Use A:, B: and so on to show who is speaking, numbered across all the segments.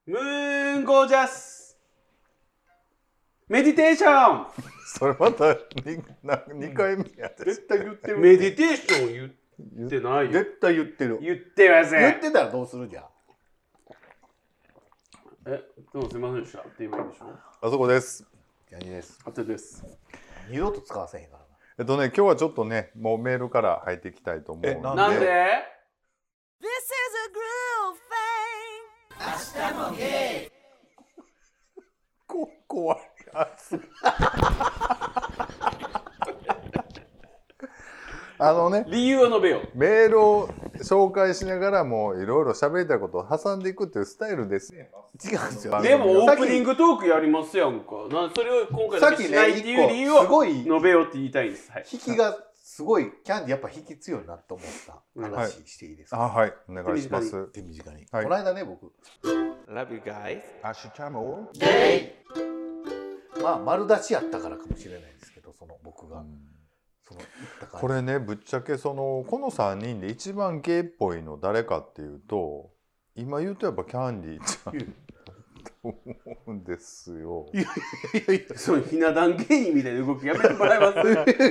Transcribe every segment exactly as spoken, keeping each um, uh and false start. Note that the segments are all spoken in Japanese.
A: ムーンゴージャスメディテーション。
B: それまた に, にかいめやで、
C: 絶対言ってる。
A: メディテーション言ってないよ。
C: 絶対言ってる。
A: 言ってません。
C: 言ってたらどうするじゃん。
A: え、どうもすいませんでしたって言えばいいんでしょ。
B: あそこです。
C: ヤニです。
A: あてです。
C: 二度と使わせへんからな。
B: えっとね、今日はちょっとね、もうメールから入っていきたいと思うので。
A: なんで？
D: This is a groove thing. 明日もゲイ。
B: こ怖いやつ。あのね、
A: 理由を述べよう。
B: メールを紹介しながらもいろいろ喋りたいことを挟んでいくっていうスタイルです。
C: 違うんですよ。
A: でもオープニングトークやりますやんか。なそれを今回だけしないっていう理由を述べようって言いたいんです。はい、
C: 引きがすごい、キャンディやっぱ引き強いなと思った話していいですか。
B: あ、はい、お願いします。
C: 手短に。
B: はい、
C: この間ね、僕
A: Love you guys
B: アシュチャモ
C: ゲイ、まあ丸出しやったからかもしれないですけど、その僕が、うん、その言った感じ。
B: これね、ぶっちゃけそのこのさんにんで一番ゲイっぽいの誰かっていうと、今言うとやっぱキャンディーちゃんと思うんですよ。
C: いやいやいや、
A: そうひな壇芸人みたいな動きやめてもらえます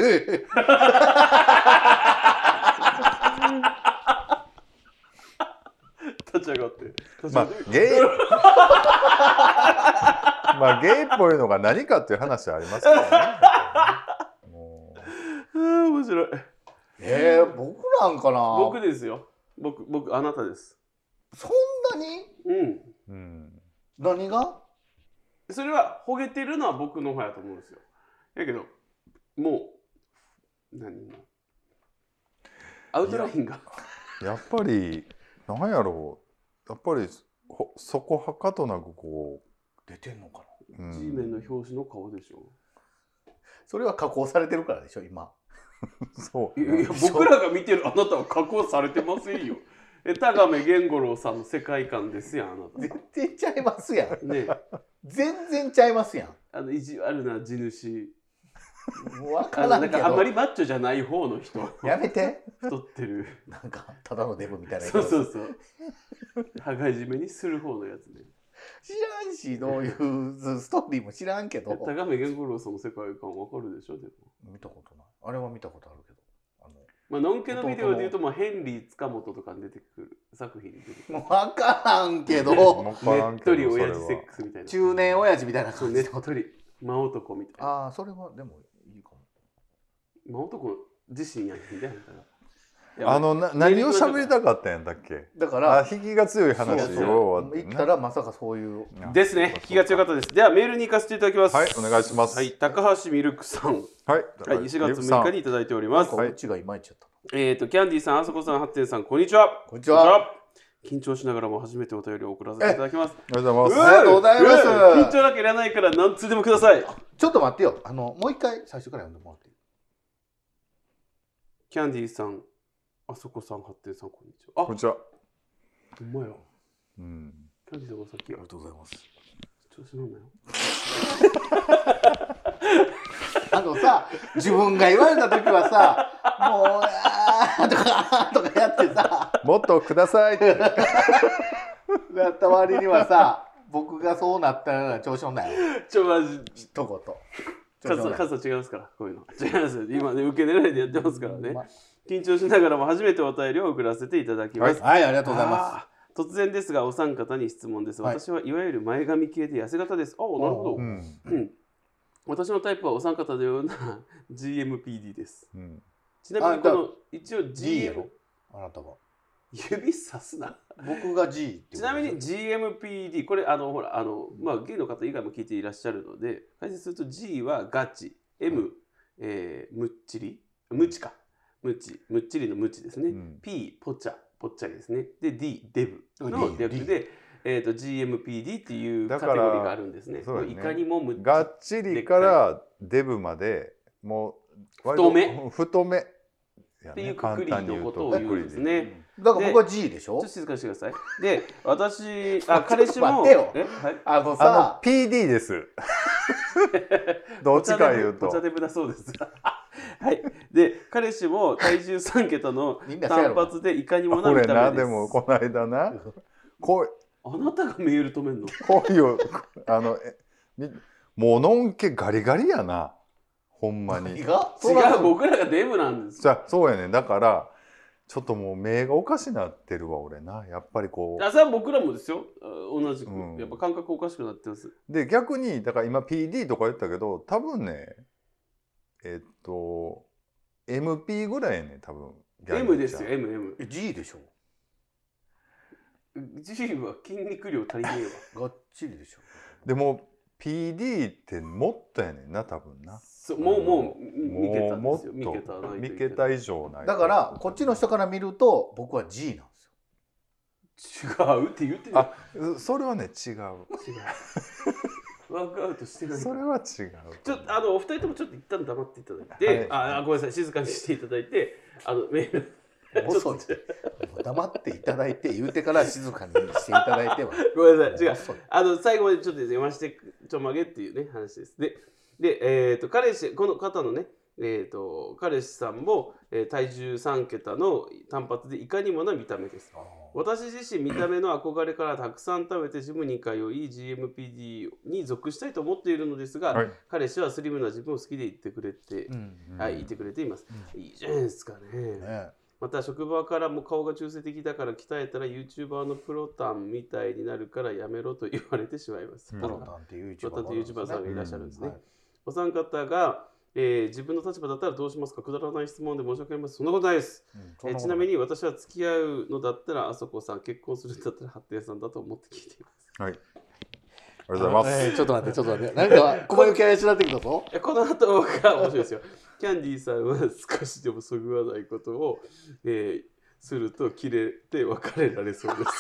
A: 立ち上がって。
B: まあゲイまあゲイっぽいのが何かっていう話はありますからね。も
A: う面白い。
C: えー、僕なんかな。
A: 僕ですよ。僕僕あなたです。
C: そんなに？
A: うん。
B: うん。
C: 何が？
A: それはほげてるのは僕の方やと思うんですよ。だけどもう何もアウトラインが
B: やっぱりなんやろう、やっぱりそこはかとなくこ
C: う出てんのか
A: な。うん、G メンの表紙の顔でしょ。
C: それは加工されてるからでしょ今。
B: そう。
A: いやいや僕らが見てるあなたは加工されてませんよ。え、田亀源五郎さんの世界観ですやん、あなた。
C: 全然ちゃいますやん。
A: ね。
C: 全然ちゃいますやん。
A: あの意地悪な地主。
C: わからんけど。
A: あんまりマッチョじゃない方の人。
C: やめて。
A: 太ってる。
C: なんかただのデブみたいな。
A: そうそうそう。羽交い締めにする方のやつね。
C: 知らんし、どういうストーリーも知らんけど。
A: 田亀源五郎さんの世界観わかるでしょ、でも。
C: 見たことない。あれは見たことあるけど。あの
A: まあ、のんけのビデオで言うと、まあ、ヘンリー塚本とかに出てくる作品に出てくる。
C: 分からんけど、
A: ねっとり親父セックスみたいな。
C: 中年親父みたいな感じ。
A: ねっとり真男みたいな。
C: ああ、それはでもいいかも。
A: 真男自身やんみたいな。
B: あのな何を喋りたかったんやったっけ。
C: だから
B: 引きが強い話を
C: 言ったらまさかそういう
A: ですね。引きが強かったです。ではメールに行かせていただきます。
B: はい、お願いします。
A: はい、高橋ミルクさん。
B: はい、
A: はい、しがつむいかにいただいております。
C: はい、うちがいまいちゃった。
A: えっとキャンディーさん、あそこさん、ハッテンさん、こんにちは。
C: こんにちは。
A: 緊張しながらも初めてお便りを送らせていただきます。
B: ありがとうございます。
C: ありがとうございます。
A: 緊張だけいらないから何通でもください。
C: ちょっと待ってよ。あのもう一回最初から読んでもらっていい？
A: キャンディーさん、あそこさん、ハッテンさん、こんにちは。
B: こんにちは。
A: ほんまや。
B: うん。
A: キャンディーさんがさっき。
C: ありがとうございます。
A: 調子乗んなよ。
C: あのさ、自分が言われた時はさ、もうあーとかとかやってさ、
B: もっとくださいって
C: やった割にはさ、僕がそうなったら調子乗んなよ。
A: ちょマジ
C: 一言。
A: 数数違いますから、こういうの。違いますよ。今ね、受け狙いでやってますからね。緊張しながらも初めてお便りを送らせていただきます。
C: はい、はい、ありがとうございます。
A: 突然ですがお三方に質問です。私はいわゆる前髪系で痩せ型です。ああ、なるほど。うんうん、私のタイプはお三方のような ジーエムピーディー です。うん、ちなみにこの一応 ジーエム
C: あなたは
A: 指さすな。
C: 僕が G って
A: ちなみに ジーエムピーディー これあのほらあのまあゲイの方以外も聞いていらっしゃるので解説すると G はガチ、M、うんえー、むっちり、ムチか。ムチ、むっちりのムチですね。うん、P、ポチャ、ポッチャリですね。で、D、デブの略で、えーと、ジーエムピーディー っていうカテゴリーがあるんですね。ねいかにもむっち
B: がっちりからデブまでもう
A: 太め
B: 太め
A: っていうくくりのことを言うんですね。
C: だから僕は G でしょ。
A: ちょっと静かにしてください。で、私、あ、彼氏も
C: え、はい、あのさ、
B: あの ピーディー です。どっちか言うと。
A: お茶デブだそうです。はい。で、彼氏も体重さん桁の単発でいかにもな見た目です。
B: 俺な、でもこの間な、こ
A: あなたがメール止めんの？
B: こういうあのえみもうのんけガリガリやなほんまに。
C: 何が
A: 違う、僕らがデブなんです。
B: じゃあそうやねだからちょっともう目がおかしなってるわ俺なやっぱりこ
A: あ、それは僕らもですよ。同じく、
B: うん
A: やっぱ感覚おかしくなってます。
B: うで逆にだから今 ピーディー とか言ったけど多分ねえっと エムピー ぐらいやね多分ギャン
A: M
B: ディちゃん
A: ですよ、M、M。
C: え G でしょ。
A: G は筋肉量足りねえわ。
C: がっちりでしょ。
B: でも ピーディー ってもっとやねんな多分な。
A: そう、もうもう三桁
B: もう
A: ですよ。三
B: もっ
A: 桁ないといけない。
B: と三桁以上ないと
C: だからこっちの人から見ると僕は G なんですよ。
A: 違うって言ってる。
B: あそれはね違う
A: 違う。ワークアウトしてない。
B: それは違う
A: ちょっとあのお二人ともちょっと一旦黙っていただいて、
B: はい
A: ああごめんなさい、静かにしていただいて、あのメール
C: 遅い。黙っていただいて言うてから静かにしていただいては。
A: ごめんなさい、違う。
C: 遅い。
A: あの最後までちょっと読ませてちょまげっていうね話です。で、でえっ、と彼氏この方のね。えー、と彼氏さんも、えー、体重さん桁の単発でいかにもな見た目です。私自身見た目の憧れからたくさん食べてジムに通い ジーエムピーディー に属したいと思っているのですが、
B: はい
A: 彼氏はスリムな自分を好きで言ってくれて、
C: うん
A: はい、言ってくれています、
C: う
A: いいじゃないですかね。
C: ね。
A: また職場からも顔が中性的だから鍛えたら YouTuber のプロタンみたいになるからやめろと言われてしまいます。
B: うん
C: プロタンっていう
A: プロタンという YouTuber さんがいらっしゃるんですね。
C: はい
A: お三方が、えー自分の立場だったらどうしますか？くだらない質問で申し訳ありません。そんなことないです。
C: うん
A: えーちなみに私は付き合うのだったらあそこさん、結婚するんだったら発展さんだと思って聞いています。
B: はいありがとうございます。
C: えーちょっと待ってちょっと待ってなんか小林怪しなってきたぞ。
A: えこの後が面白いですよ。キャンディーさんは少しでもそぐわないことを、えーすると切れて別れられそうです。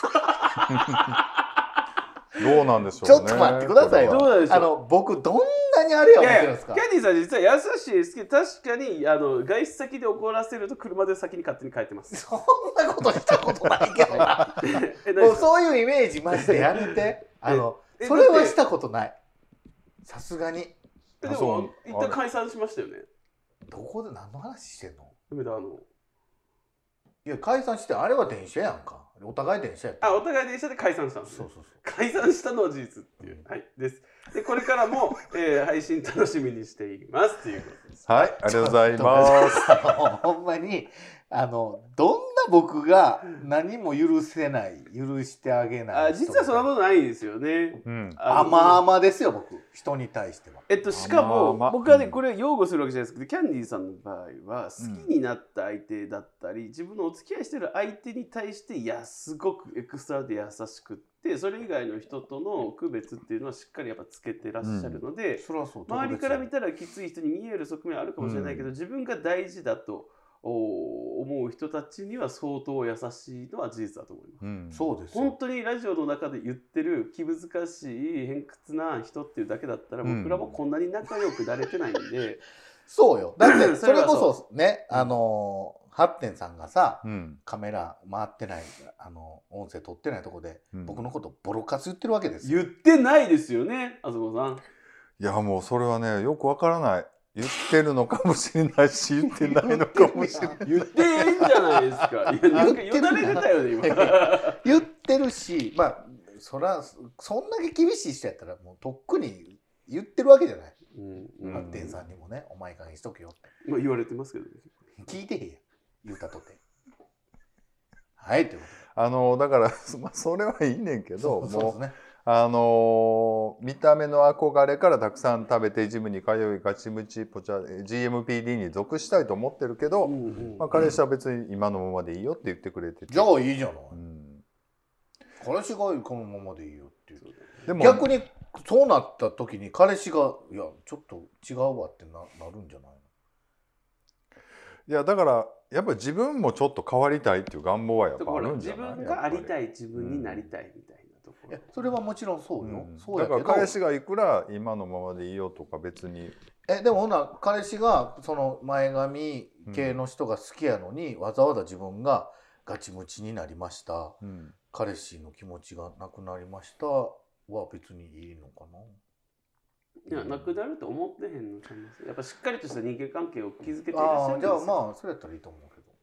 B: どうなんでしょうね。
C: ちょっと待ってくださいよ。
A: どうなんでしょう
C: あの僕どんなにあれや
A: いやいや
C: 思ってるんですか。
A: キャンディーさん実は優しいですけど、確かにあの外出先で怒らせると車で先に勝手に帰ってます。
C: そんなことしたことないけどな。
A: え
C: もうそういうイメージマジでやめて。あの
A: え
C: それはしたことない。さすがに。
A: で
B: あそう
A: も一旦解散しましたよね。
C: どこで何の話してんの。
A: 梅田あの
C: いや解散してあれは電車やんか。お互い電車やった。
A: あお互い電車で解散したんです、ね。
C: そうそうそう。
A: 解散したのは事実っていう、はいですでこれからも、えー配信楽しみにしていますっていうことです。
B: はいありがとうございます。
C: ほんまにあのどんな僕が何も許せない許してあげない
A: あ実はそんなことないですよね。
B: うん
A: あの
C: 甘々ですよ僕人に対しては。
A: えっとしかも
B: まあまあ
A: 僕はね
B: うん
A: これ擁護するわけじゃないですけど、キャンディーさんの場合は好きになった相手だったり、自分のお付き合いしてる相手に対していやすごくエクストラで優しくってそれ以外の人との区別っていうのはしっかりやっぱつけてらっしゃるので、
C: それはそう
A: 周りから見
C: て
A: たらきつい人に見える側面はあるかもしれないけど、自分が大事だとお思う人たちには相当優しいのは事実だと思います。
B: うん
C: そうですよ
A: 本当にラジオの中で言ってる気難しい偏屈な人っていうだけだったら
B: うん
A: 僕らもこんなに仲良くなれてないんで、
C: そうよだってそれ
A: それはそう
C: こそねあのハッテンさんがさ
B: うん
C: カメラ回ってないあの音声撮ってないとこで、
B: うん
C: 僕のことボロカス言ってるわけですよ。
A: 言ってないですよね、あそこさん。
B: いやもうそれはねよくわからない言ってるのかもしれないし言ってないのかもしれない。
A: 言っていいんじゃないですか。いやなんかよだれ出たよね今。
C: 言ってるしまあそらそんだけ厳しい人やったらもうとっくに言ってるわけじゃない。
A: うん
B: うん
C: ハッテンさんにもねお前加減しとけよって
A: まあ言われてますけどね。
C: 聞いてへんやん言うたとて。はいというこ
B: あのだからまあそれはいいねんけ
C: と
B: どもう
C: でそうですね。
B: あのー見た目の憧れからたくさん食べてジムに通いガチムチポチャ ジーエムピーディー に属したいと思ってるけど、
A: うんうん
B: まあ、彼氏は別に今のままでいいよって言ってくれてて
C: じゃあいいじゃない。
B: うん、
C: 彼氏がこのままでいいよっていう。
B: でも
C: 逆にそうなった時に彼氏がいやちょっと違うわってななるんじゃないの。
B: いやだからやっぱり自分もちょっと変わりたいっていう願望はやっぱあ
A: だから自
B: るんじゃない
A: 分がありた
B: い、
A: い自分になりたいみたいなところ
C: いや。それはもちろんそうよ。
B: うん
C: そうやけど
B: だから彼氏がいくら今のままでいいよとか別に
C: えでもほな彼氏がその前髪系の人が好きやのに、わざわざ自分がガチムチになりました
B: うん
C: 彼氏の気持ちがなくなりましたは別にいいのかな。
A: いやなくなると思ってへんのちゃいます。やっぱしっかりとした人間関係を築けていらっしゃ
C: ああ
A: るんですよ。
C: じゃあまあそれやったらいいと思うけど。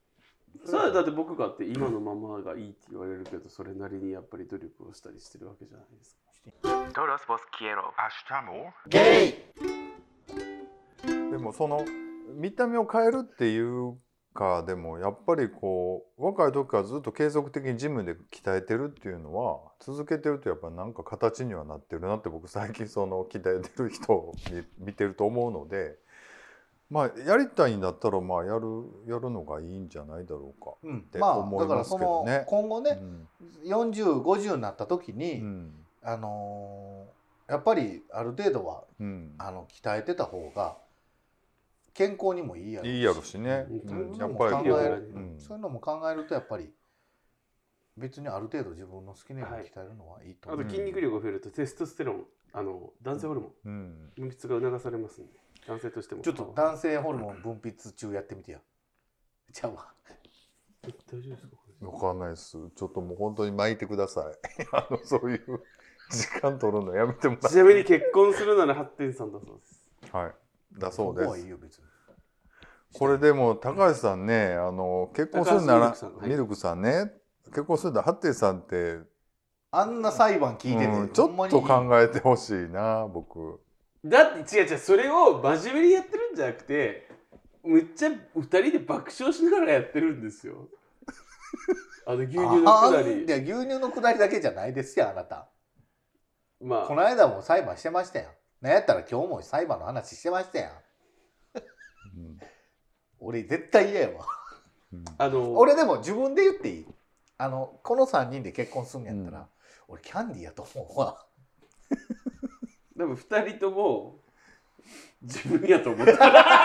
A: それはだって僕があって今のままがいいって言われるけど、それなりにやっぱり努力をしたりしてるわけじゃないですか。
E: Todos vos quiero. Hasta
C: ゲイ。
B: でもその見た目を変えるっていうかでもやっぱりこう若い時からずっと継続的にジムで鍛えてるっていうのは続けてるとやっぱなんか形にはなってるなって僕最近その鍛えてる人を見見てると思うので、まあやりたいんだったらまあやるやるのがいいんじゃないだろうか
C: うん
B: って
C: まあ
B: 思い
C: だからそ
B: ますけどね。
C: の今後ね、
B: うん
C: よんじゅう、ごじゅうになった時に、
B: うん
C: あのーやっぱりある程度は
B: うん
C: あの鍛えてた方が健康にもいいやろし
B: いいやろしね。
A: う
B: うん
C: ん
B: やっぱりこう
C: 考える
B: うん
C: そういうのも考えるとやっぱり別にある程度自分の好きなように鍛えるのはいいと思う。
A: あと筋肉量が増えるとテストステロン、あの男性ホルモン
B: うん
A: 分泌が促されますんで、男性としても。
C: ちょっと男性ホルモン分泌中やってみてや。じゃあわ。
A: 大丈夫ですか？
B: わかんないです。ちょっともう本当に巻いてください。あのそういう時間取るのやめてもら
A: ちなみに結婚するなら はってんさん だそうです。
B: う。はい。だそうで
C: ここはいい
B: す。
C: よ別に。
B: これでも高橋さんね、あの結婚するなら
A: 高橋ミルクさんはい
B: ミルクさんね、結婚するならハッテンさんって、
C: あんな裁判聞いてて、
B: うんちょっと
C: ほんまに
B: 考えてほしいな僕。
A: だって違う違う、それを真面目にやってるんじゃなくて、むっちゃふたりで爆笑しながらやってるんですよ。あの牛乳のくだ
C: あ
A: り
C: い。や牛乳のくだりだけじゃないですよあなた。
A: まあ
C: この間も裁判してましたやん。なんやったら今日も裁判の話してましたやん。
B: うん
C: 俺絶対嫌やわ。
B: うん
A: あの
C: 俺でも自分で言っていい？あのこのさんにんで結婚するんやったら、
B: うん
C: 俺キャンディーやと思うわ。
A: 多分ふたりとも自分やと思ってる。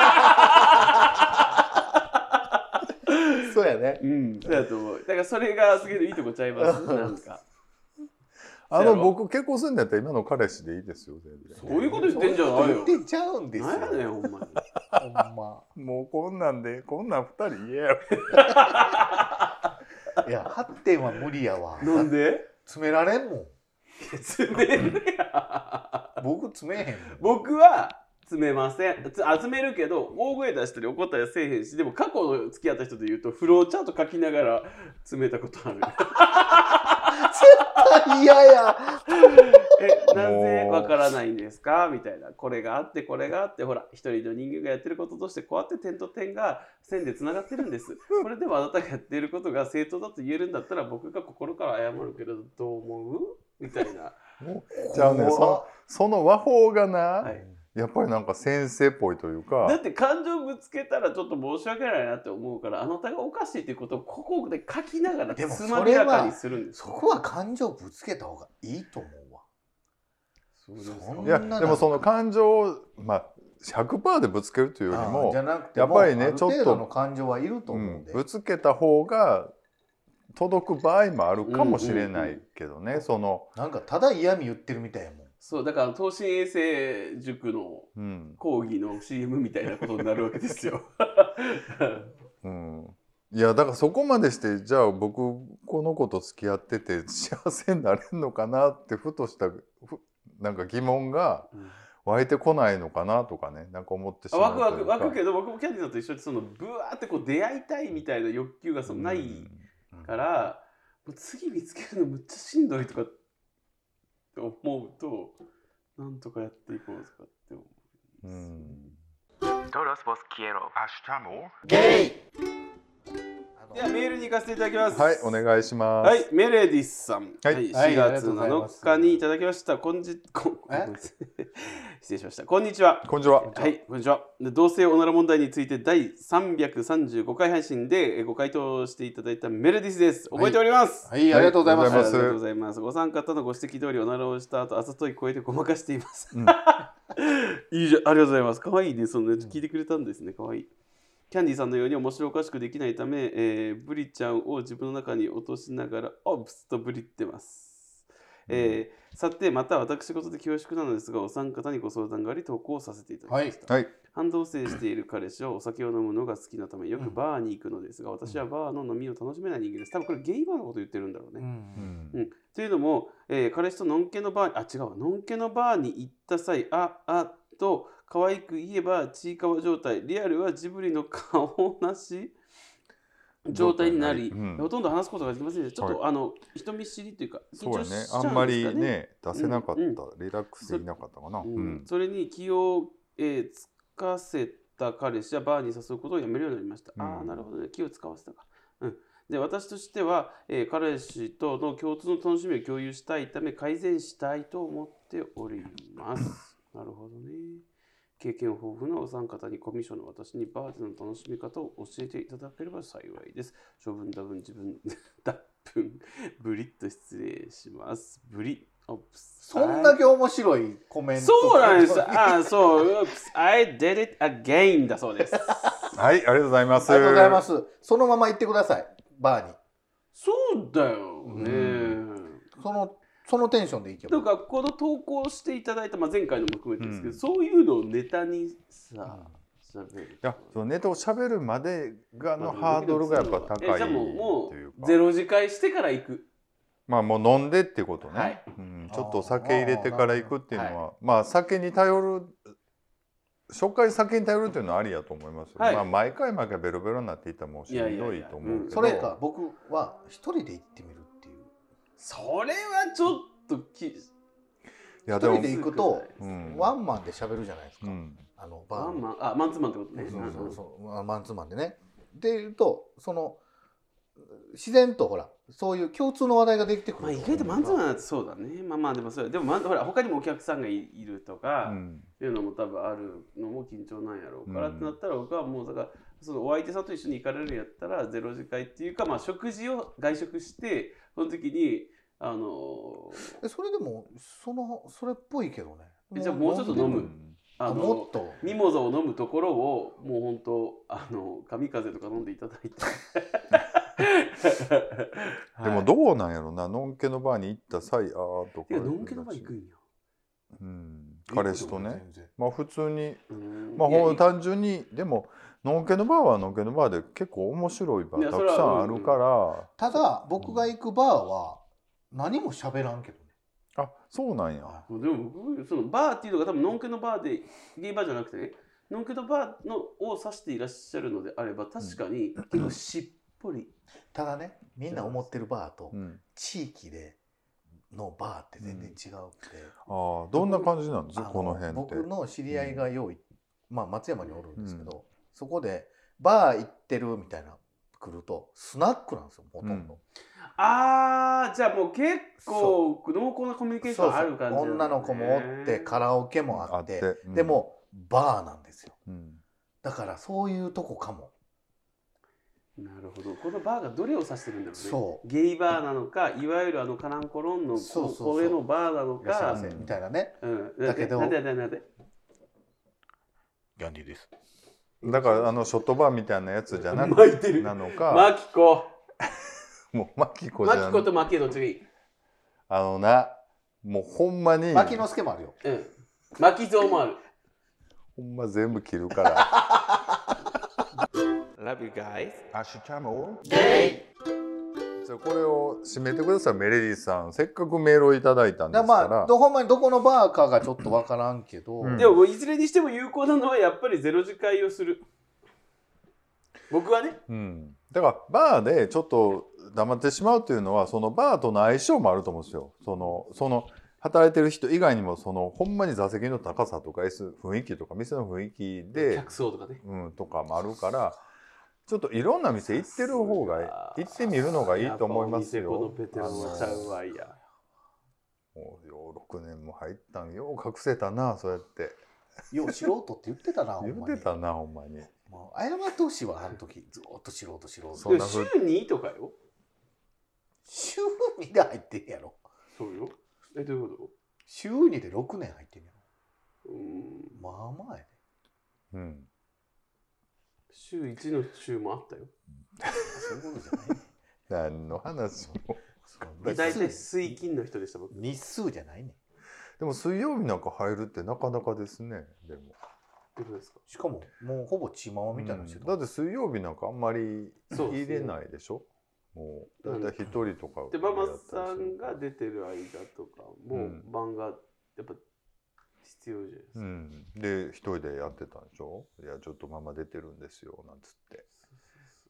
C: そうやね。
A: うん、そうやと思う。だからそれがすげえいいとこちゃいます。なんか。
B: あの僕結婚するんだったら今の彼氏でいいですよ全然。
A: そういうこと言ってんじゃないよ
C: 言ってんちゃうんですよ。
A: なんやねんほんまに。
C: ほんま。
B: もうこんなんでこんなんふたり嫌やろ。
C: いやはってんは無理やわ。
A: なんで？
C: 詰められんもん。
A: 詰めるや。
C: 僕詰めへんもん。
A: 僕は詰めません。つ集めるけど大声出したり怒ったりはせえへんし、でも過去の付き合った人で言うとフローチャート書きながら詰めたことある。
C: 嫌や。
A: え、なぜわからないんですかみたいな。これがあってこれがあって、ほら一人の人間がやってることとしてこうやって点と点が線でつながってるんです。これでもあなたがやっていることが正当だと言えるんだったら僕が心から謝るけどどう思うみたいな。
B: じゃあねそその和法がな、
A: はい
B: やっぱりなんか先生っぽいというか。
A: だって感情ぶつけたらちょっと申し訳ないなって思うから、あなたがおかしいっていうことをここで書きながら
C: でも
A: つまびらかにするんです
C: そこは感情ぶつけた方がいいと思うわ。
A: そうですか
C: そん
B: いやでもその感情をまあ ひゃくパーセント でぶつけるというより
C: あ
B: も
C: じゃなくて
B: やっぱりね
C: もうある
B: ちょっと
C: 程度の感情はいると
B: う
C: 思うんんで。
B: ぶつけた方が届く場合もあるかもしれないけどね、その、
C: なんかただ嫌味言ってるみたいやもん。
A: そうだから東進衛生塾の
B: うん
A: 講義の シーエム みたいなことになるわけですよ。
B: うん、いやだからそこまでしてじゃあ僕この子と付き合ってて幸せになれるのかなってふとしたふなんか疑問が
A: うん
B: 湧いてこないのかなとかねなんか思ってし
A: あ
B: まう
A: 湧く湧く湧
B: というか
A: くけど僕もキャンディーさんと一緒にそのブワーってこう出会いたいみたいな欲求がそのないから、もう次見つけるのむっちゃしんどいとかって思うとなんとかやっていこうとかって思う。
B: うん
E: Todos vos quiero. Hasta
C: ゲイ。
A: ではメールに行かせていただきます。
B: はいお願いします。
A: はい、メレディスさん、
B: はい
A: はい、
C: はい
A: しがつなのかにいただきました。こんじこごめんなさい失礼しました。こんにちは。
B: こんにちは。
A: はい、こんにちは。で同性おなら問題についてだいさんびゃくさんじゅうごかい配信でご回答していただいたメレディスです。覚えております。
C: はい、ありがとうございます。
B: ありがとうございます
A: ありがとうございます。ご参加方のご指摘通りおならをした後、あざとい声でごまかしています。
B: うん
A: いいじゃん、ありがとうございます。かわいいね、そのね、聞いてくれたんですね。かわいい。キャンディーさんのように面白おかしくできないため、えーブリちゃんを自分の中に落としながら、オプスとブリってます。えーさて、また私事で恐縮なのですが、お三方にご相談があり、投稿させていただきました。
B: はい。
A: 半同棲している彼氏はお酒を飲むのが好きなため、よくバーに行くのですが、私はバーの飲みを楽しめない人間です。多分これゲイバーのこと言ってるんだろうね。
C: う。
B: うんん
A: というのも、えー彼氏とのんけのバーに、あ、違うわ、のんけのバーに行った際、あ、あと、可愛く言えばちいかわ状態、リアルはジブリの顔なし。 状態になり、
B: うん、
A: ほとんど話すことができませんでした。ちょっと、
B: はい、
A: あの人見知りというか、
B: そうやね、
A: 緊張しちゃうんですかね、
B: あんまりね出せなかった、
A: うんうん、
B: リラックスできなかったかな。
A: そ,、うん
B: うん、
A: それに気を、えー、つかせた彼氏はバーに誘うことをやめるようになりました。うん、ああ、なるほどね、気を使わせたか。うん、で私としては、えー、彼氏との共通の楽しみを共有したいため改善したいと思っております。なるほどね。経験豊富なお三方にコミッションの私にバーでの楽しみ方を教えていただければ幸いです。処分多分自分脱粉ブリッと失礼します。ブリオプス。
C: そんだけ面白いコメント。
A: そうなんです。あ、そう。I did it again だそうです。
B: はい、ありがとうございます。
C: ありがとうございます。そのまま行ってください、バーに。
A: そうだよね。うん、
C: そのそのテンションでいけば。
A: だからこの投稿していただいた、まあ、前回のも含めてですけど、うん、そういうのをネタにさ、
B: うん、喋る。いや、そのネタを喋るまでがのハードルがやっぱ高いというか。
A: じゃあもう、もうゼロ次会してから行く。
B: まあもう飲んでっていうことね。
A: はい、
B: うん、ちょっと酒入れてから行くっていうのは、まあ酒に頼る。初回酒に頼るっていうのはありやと思いますよ。はい、まあ毎回毎回ベロベロになっていったらもうしんどいと思うけど。
C: それか僕は一人で行ってみるっていう。
A: それはちょっとき。い
C: やでも一人で行くと、うん、ワンマンで喋るじゃないですか。うん、あのバー
A: ワンマン、あ、マンツーマンってことね。
C: そうそうそう、マンツーマンでね。でいうとその自然とほらそういう共通の話題ができてくる。
A: まあ意外とマンツーマンだとそうだね。まあまあでもそれでもほら他にもお客さんがいるとか、うん、いうのも多分あるのも緊張なんやろうから、うん、ってなったら僕はもうだからそのお相手さんと一緒に行かれるんやったらゼロ次会っていうか、まあ食事を外食してその時にあの
C: ー、それでもそのそれっぽいけどね。
A: じゃあもうちょっと飲む。うんあの
C: もっと
A: ミモザを飲むところをもう本当あの神風とか飲んでいただいて
B: でもどうなんやろな、のんけのバーに行った際あーとか。
A: いやのんけのバー行くんや。
B: うん、彼氏とね、まあ普通にまあ単純にでものんけのバーはのんけのバーで結構面白いバーたくさんあるから。
C: ただ僕が行くバーは何も喋らんけど。
B: あ、そうなんや。
A: でも僕そのバーっていうのが多分のんけのバーでゲイバーじゃなくてね、のんけのバーのを指していらっしゃるのであれば確かに結構しっぽり、
C: ただね、みんな思ってるバーと地域でのバーって全然違うって、うん、
B: ああ、どんな感じなんですかこの辺って。
C: 僕の知り合いが用意、まあ松山におるんですけど、うん、そこでバー行ってるみたいな来るとスナックなんですよほとんど。うん、
A: あー、じゃあもう結構濃厚なコミュニケーションある感じ、ね、
C: 女の子もおってカラオケもあって、うん、でもバーなんですよ、うん、だからそういうとこかも。
A: なるほど。このバーがどれを指してるんだろうね。そうゲイバーなのか、いわゆるあのカランコロンのこれのバーなのか
C: みたいなね、
A: うん、だけどなんでなんでなんで
C: ギャンディです。
B: だからあのショットバーみたいなやつじゃなくなのか。
A: マキコ
B: もうマキコじゃん。
A: マキコとマキの次。
B: あのな、もうほんまに。
C: マキノスケもあるよ。
A: うん。マキゾウもある。
B: ほんま全部切るから。
A: Love you guys。
B: アシュチャモ。ゲイ。じゃあこれを締めてくださいメレディさん。せっかくメールをいただいたんですから。
C: まあほんまにどこのバーかがちょっとわからんけど。
A: うん、でもいずれにしても有効なのはやっぱりゼロ次会をする。僕はね。
B: うん。だからバーでちょっと黙ってしまうというのはそのバーとの相性もあると思うんですよ。そのその働いてる人以外にもそのほんまに座席の高さとか雰囲気とか店の雰囲気で
A: 客層とかね、
B: うん、とかもあるからちょっといろんな店行ってる方が行ってみるのがいいと思いますよ。
A: このベテランはちゃうわいや。
B: もうようろくねんも入ったんよう隠せたなそうやって。
C: よう素人って言ってたな
B: 言ってたなほんまに。
C: もう謝ってほしいわあの時ずっと素人素人。
A: そんな週にとかよ。
C: 週にで入ってんやろ。
A: そうよ。えどういうこと？
C: 週にでろくねん入ってんやろ。うん。まあまあやね。
B: うん。
A: 週いちの週もあったよ。
C: そういうことじゃない。
B: 何の話も。
A: 大体水金の人でした僕。
C: 日数じゃないね。
B: でも水曜日なんか入るってなかなかですね。でも。
A: どうですか。
C: しかももうほぼチマワみたいな人、
B: うん、だって水曜日なんかあんまり入れないでしょ。もうだいたい一人とか
A: でママさんが出てる間とかも番がやっぱ必要じゃないですか、
B: うん、で一人でやってたんでしょ。いやちょっとママ出てるんですよなんつって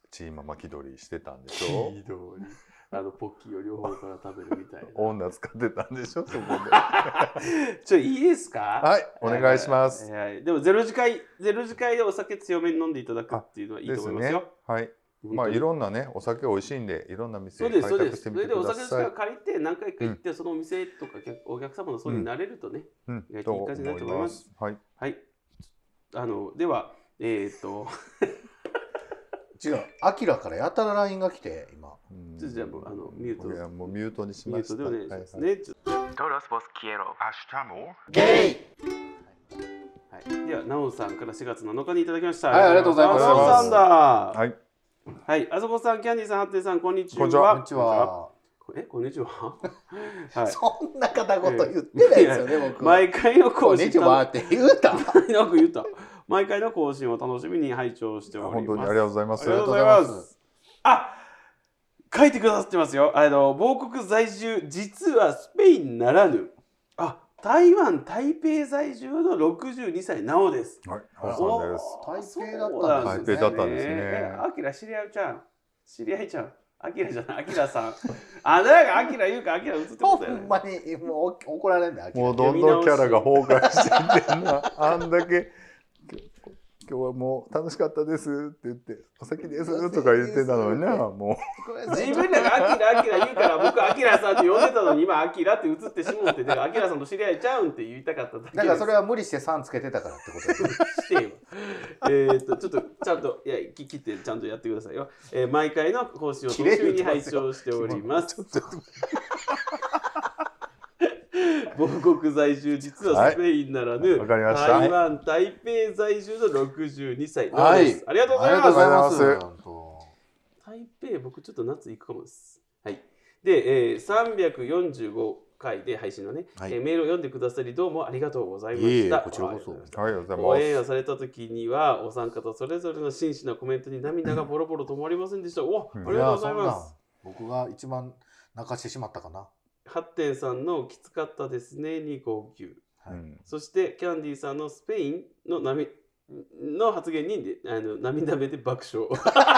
B: チーマ巻き鳥してたんでしょ。
A: ひどい。あのポッキーを両方から食べるみたいな。
B: 女使ってたんでしょそこで。
A: ちょいいですか。
B: はい、お願いします。
A: はい、でもゼロ次会ゼロ次会でお酒強めに飲んでいただくっていうのはいいと思いますよ。
B: ですね、はい。まあいろんなねお酒美味しいんでいろんな店
A: 開
B: 拓してみてください。
A: それでお酒の力を借りて何回か行って、うん、そのお店とかお客様の層になれるとね、うん、意外といい感じになると思います。
B: はい。
A: はい。あのではえー、っと
C: 違う、アキラからやたら ライン が来て今。
A: ちょっとじゃあもうあのミュート。
B: いやもうミュートにしました。
A: ミュートでお願いしますね。
E: Todos vos quiero. Hasta
C: ゲイ。
A: はい。ではナオさんからしがつなのかにいただきました。
C: はい、ありがとうございます。
A: ナオさんだ。
B: はい。
A: はい、あそこさん、キャンディーさん、ハッテンさん、こんにちは。
C: こんにちは。
A: え、こんにちは。
C: はい。そんな片言言ってないですよね、僕。
A: 毎回の更新。
C: こんにちはって言うた。
A: なんか言った。毎回の更新を楽しみに拝聴しております。
B: 本当にありがとうございます。
A: ありがとうございます。あ、書いてくださってますよ。あの某国在住、実はスペインならぬ、あ、台湾台北在住のろくじゅうにさいなおです。
B: はい、そうです。
C: 台北だったんですね。
B: 台北だったんですね。
A: あきら知り合いちゃん、知り合いちゃん。あきらじゃない、あきらさん。あ、だからあきら言うか、あきら映って
C: ますよね。ほんまにもう怒られんだ。
B: もうどんどんキャラが崩壊してんな。あんだけ今日はもう楽しかったですって言ってお先ですとか言ってたのにな、も
A: う自分らがアキラアキラ言うから僕アキラさんって呼んでたのに今アキラって映ってしもってでアキラさんと知り合いちゃうんって言いたかっただけです。
C: だからそれは無理してさんつけてたからってことです
A: してよ。えーっとちょっとちゃんといや切ってちゃんとやってくださいよ。えー、毎回の講師を楽しみに拝聴しております。母国在住、実はスペインならぬ、
B: はい、
A: 台湾台北在住のろくじゅうにさいのです、
C: はい、
A: ありがとうございます。台北僕ちょっと夏行くかもです。はい。で、えー、さんびゃくよんじゅうごかいで配信のね、はい、えー、メールを読んでくださりどうもありがとうございました。
C: こちらこそ。
B: はい、ありがとうございます。
A: 応援をされた時にはお三方それぞれの真摯なコメントに涙がボロボロ止まりませんでした。お、ありがとうございます。
C: 僕が一番泣かしてしまったかな。
A: ハッテンさんのきつかったですねに号泣、はい、そしてキャンディーさんのスペインの涙の発言にあの涙目で爆笑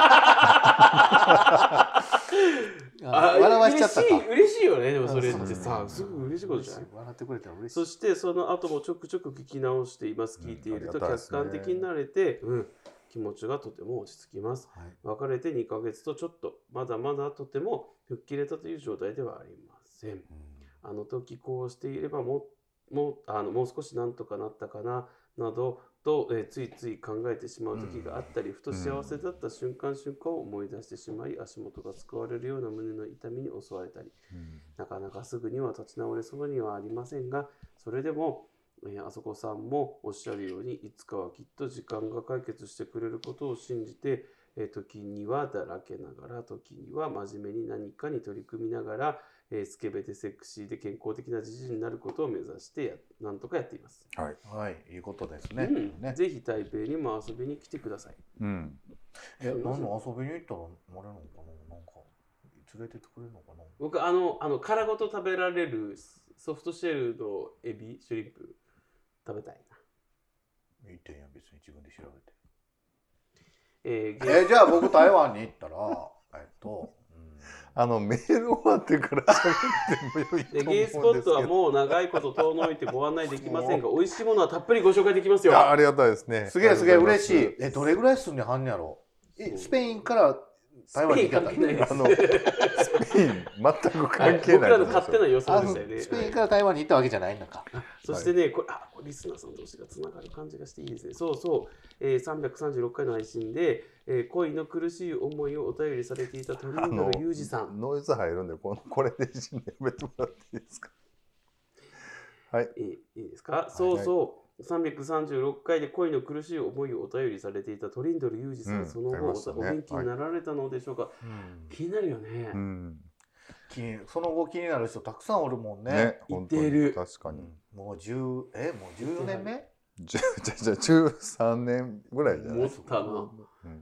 A: あ
C: 笑わしちゃったか。
A: 嬉しい、嬉しいよね。でもそれってさ、すごく嬉しいことじゃない。
C: 笑ってくれたら嬉しい。
A: そしてその後もちょくちょく聞き直しています。聞いていると客観的になれて、うん、気持ちがとても落ち着きます、はい、別れてにかげつとちょっとまだまだとても吹っ切れたという状態ではありません、うん、あの時こうしていればももあのもう少しなんとかなったかななどと、えー、ついつい考えてしまう時があったり、うん、ふと幸せだった瞬間瞬間を思い出してしまい足元が救われるような胸の痛みに襲われたり、うん、なかなかすぐには立ち直れそうにはありませんが、それでもえー、あそこさんもおっしゃるようにいつかはきっと時間が解決してくれることを信じて、えー、時にはだらけながら時には真面目に何かに取り組みながら、えー、スケベでセクシーで健康的なじじいになることを目指してやなんとかやっています。
C: はい、はい、いいことですね。
A: うん、ね、ぜひ台北にも遊びに来てください。
B: うん、
C: え、何の遊びに行ったらあれなのかな、なんか連れてってくれるのかな。
A: 僕あのあの殻ごと食べられるソフトシェルのエビシュリンプ食べたいな。
C: いいってんや、別に自分で調べて。
A: えー、
C: えー、じゃあ僕台湾に行ったらえっと、うん、
B: あのメール終わってから喋ってもよいと思うんですけど。
A: ゲイスポットはもう長いこと遠のいてご案内できませんが美味しいものはたっぷりご紹介できますよ。
B: あ、ありがたいですね。
C: すげえすげえ嬉しい。え、どれぐらいすんねはんねやろ。え、スペインから台湾に行きたい。
A: あの
B: スペイン全く関係ない。
A: 僕らの勝手な予想でしたよね。
C: スペインから台湾に行ったわけじゃないんだか。
A: そしてね、これあリスナーさん同士がつながる感じがしていいですね。そうそう、えー、さんびゃくさんじゅうろっかいの配信で、えー、恋の苦しい思いをお便りされていた鳥居の裕二さん。
B: ノイズ入るんでこのこれで一緒にやめてもらっていいですか。はい。
A: えー、いいですか。そうそう。はい、さんびゃくさんじゅうろっかいで恋の苦しい思いをお便りされていたトリンドルユージさん、うん、その後、ね、お元気になられたのでしょうか、はい、気になるよね、うん、
C: その後気になる人たくさんおるもんね。
B: ね、
A: 言っている。
B: 確かに、
C: うん、もうじゅうえもうじゅうよねんめ
B: じゃじゃじゅうさんねんぐらいじゃない
A: 思ったな、うん、はい。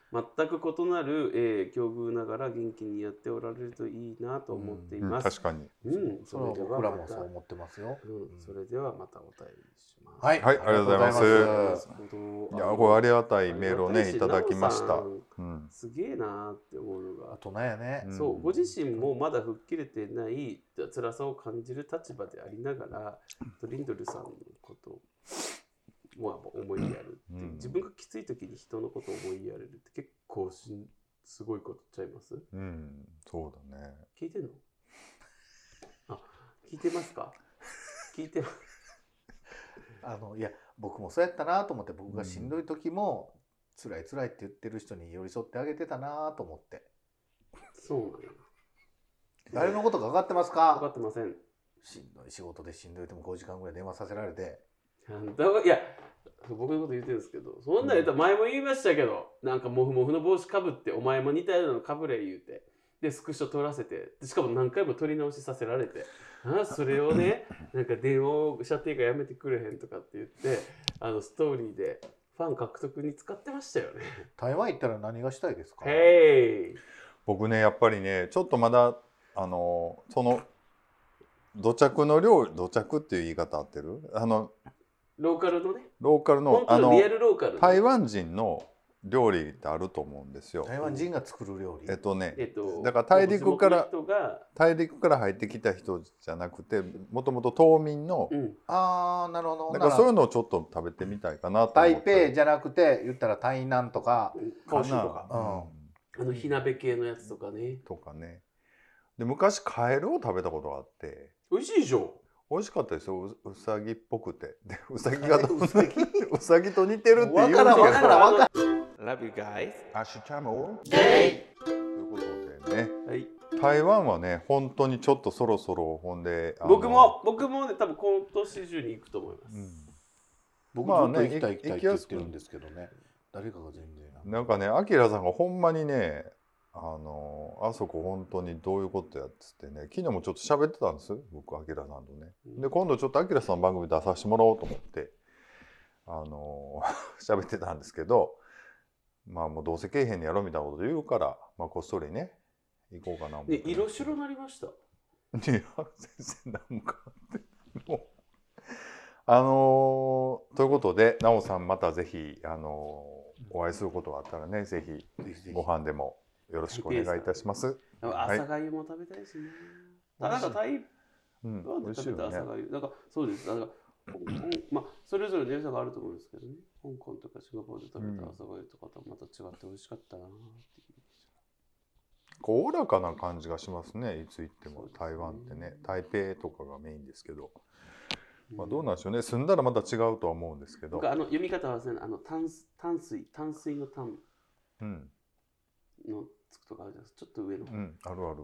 A: 全く異なる、えー、境遇ながら元気にやっておられるといいなと思っています。
B: うん、確かに。
A: うん、
C: それは僕らもそう思ってますよ。
A: うん、それではまたお便りします。
C: はい、
B: はい、ありがとうございます。いや、これありがたいメールをねいただきました。
A: うん、すげえなって思うのが、
C: 大人やね。
A: そう、ご自身もまだ吹っ切れてない辛さを感じる立場でありながら、トリンドルさんのことを思いやるっていう、うん、自分がきつい時に人のことを思いやれるって結構しんすごいことちゃいます？
B: うん、そうだね。
A: 聞いてんの？あ、聞いてますか？聞いてます。
C: あのいや僕もそうやったなと思って、僕がしんどい時も、うん、辛い辛いって言ってる人に寄り添ってあげてたなと思って。
A: そうなのよ。
C: 誰のことか分かってますか？
A: 分かってません。
C: しんどい仕事でしんどいともごじかんぐらい電話させられて。
A: いや僕のこと言ってるんですけど、そんなん言ったら前も言いましたけど、なんかモフモフの帽子かぶってお前も似たようなのかぶれ言うて、でスクショ撮らせて、しかも何回も撮り直しさせられて、あそれをねなんか電話を射程がやめてくれへんとかって言って、あのストーリーでファン獲得に使ってましたよね。
C: 台湾行ったら何がしたいですか？
A: へー、
B: 僕ねやっぱりねちょっとまだあのその土着の料理、土着っていう言い方合ってる？あの
A: ローカルのね、
B: ローカルの
A: あのリアルローカル、ね、
B: 台湾人の料理ってあると思うんですよ。
C: 台湾人が作る料理。
B: えっとね、
A: えっと、
B: だから大陸から大陸から入ってきた人じゃなくて、もともと島民の、うん、
C: ああなるほど。
B: だからそういうのをちょっと食べてみたいかなと思って。
C: 台北じゃなくて言ったら台南とか
A: 広州とか、
C: うん、
A: あの火鍋系のやつとかね。
B: とかね。で昔カエルを食べたことがあって。
A: 美味しいでしょ。
B: 美味しかったですよ。 う, うさぎっぽくて、でうさぎがどうさぎうさぎと似てるっていう。
C: わからんわからんわから
A: ん。Love you guys。
B: アシュチャモ
D: ゲイ。
B: ということでね、
A: はい、
B: 台湾はね本当にちょっとそろそろほんで
A: 僕も僕もね多分今年中に行くと思います。うん、
C: 僕ずっと行きたい行きたいって言ってるんですけどね。誰かが全然
B: なんかね、アキラさんがほんまにね。あのあそこ本当にどういうことやっつってね、昨日もちょっと喋ってたんです僕アキラさんとね。で今度ちょっとアキラさんの番組出させてもらおうと思ってあの喋ってたんですけど、まあもうどうせけえへんにやろうみたいなこと言うから、まあこっそりね行こうかな思って。
A: ね、色白なりました。い
B: や全然なんかもうあのー、ということでなおさんまたぜひあのー、お会いすることがあったらね、ぜひご飯でもよろしくお願いいたします。
A: 朝がゆも食べたいしね。なんか台湾で食べた朝がゆ、なんかそうです。なんかまあそれぞれの良さがあると思うんですけどね。香港とかシンガポールで食べた朝がゆとかとまた違って美味しかったなっていう。
B: こうおおらかな感じがしますね。いつ行っても台湾ってね、台北とかがメインですけど。まあどうなんでしょうね。住んだらまた違うとは思うんですけど。
A: 僕あの読み方はですね、あの淡淡水淡水の淡のつくとかあるじゃないですか。ちょっと上の。
B: うん、あるある。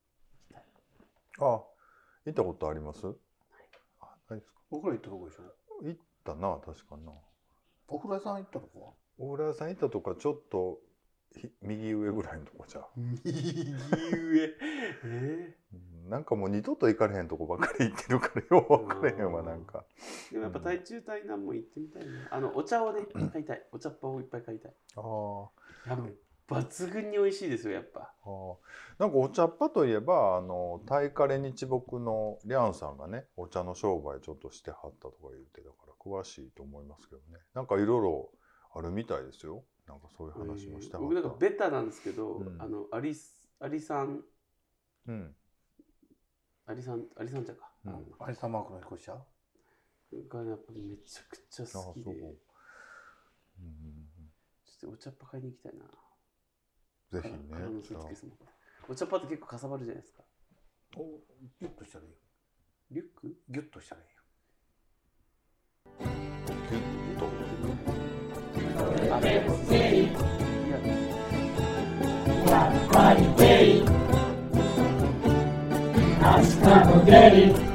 B: あ、行ったことあります？はい。
C: あ、ないですか。僕ら行ったとこでしょ。
B: 行ったな、確かな。
C: お風呂屋さん行ったとこは？
B: お風呂屋さん行ったとかちょっと右上ぐらいのとこじゃ。
A: 右上。え
B: ー、なんかもう二度と行かれへんとこばっかり行ってるからよう分かれへんわなんか。
A: でもやっぱ台中台南も行ってみたいな。あのお茶をね買いたい。お茶っ葉をいっぱい買いたい。ああ。やばい。抜群に美味しいですよやっぱ。
B: あなんかお茶っ葉といえばあのタイカレ日木のリャンさんがねお茶の商売ちょっとしてはったとか言ってだから詳しいと思いますけどね。なんかいろいろあるみたいですよ。なんかそういう話もしたかった。
A: 僕なんかベタなんですけど、うん、あのアリアリさん、うん、アリさんアリさんちゃんか、
C: うん、アリさんマークの彦者
A: がやっぱめちゃくちゃ好きで、うん、ちょっとお茶っ葉買いに行きたいな。
B: ぜひね。
A: お茶っ葉って結構かさばるじゃないですか。
C: お、ギュッとしたらいいよ。
A: リュック？
C: ギュッとしたらいいよ。
B: ギュッと。
D: あれゲイ。やっぱりゲイ。明日もゲイ。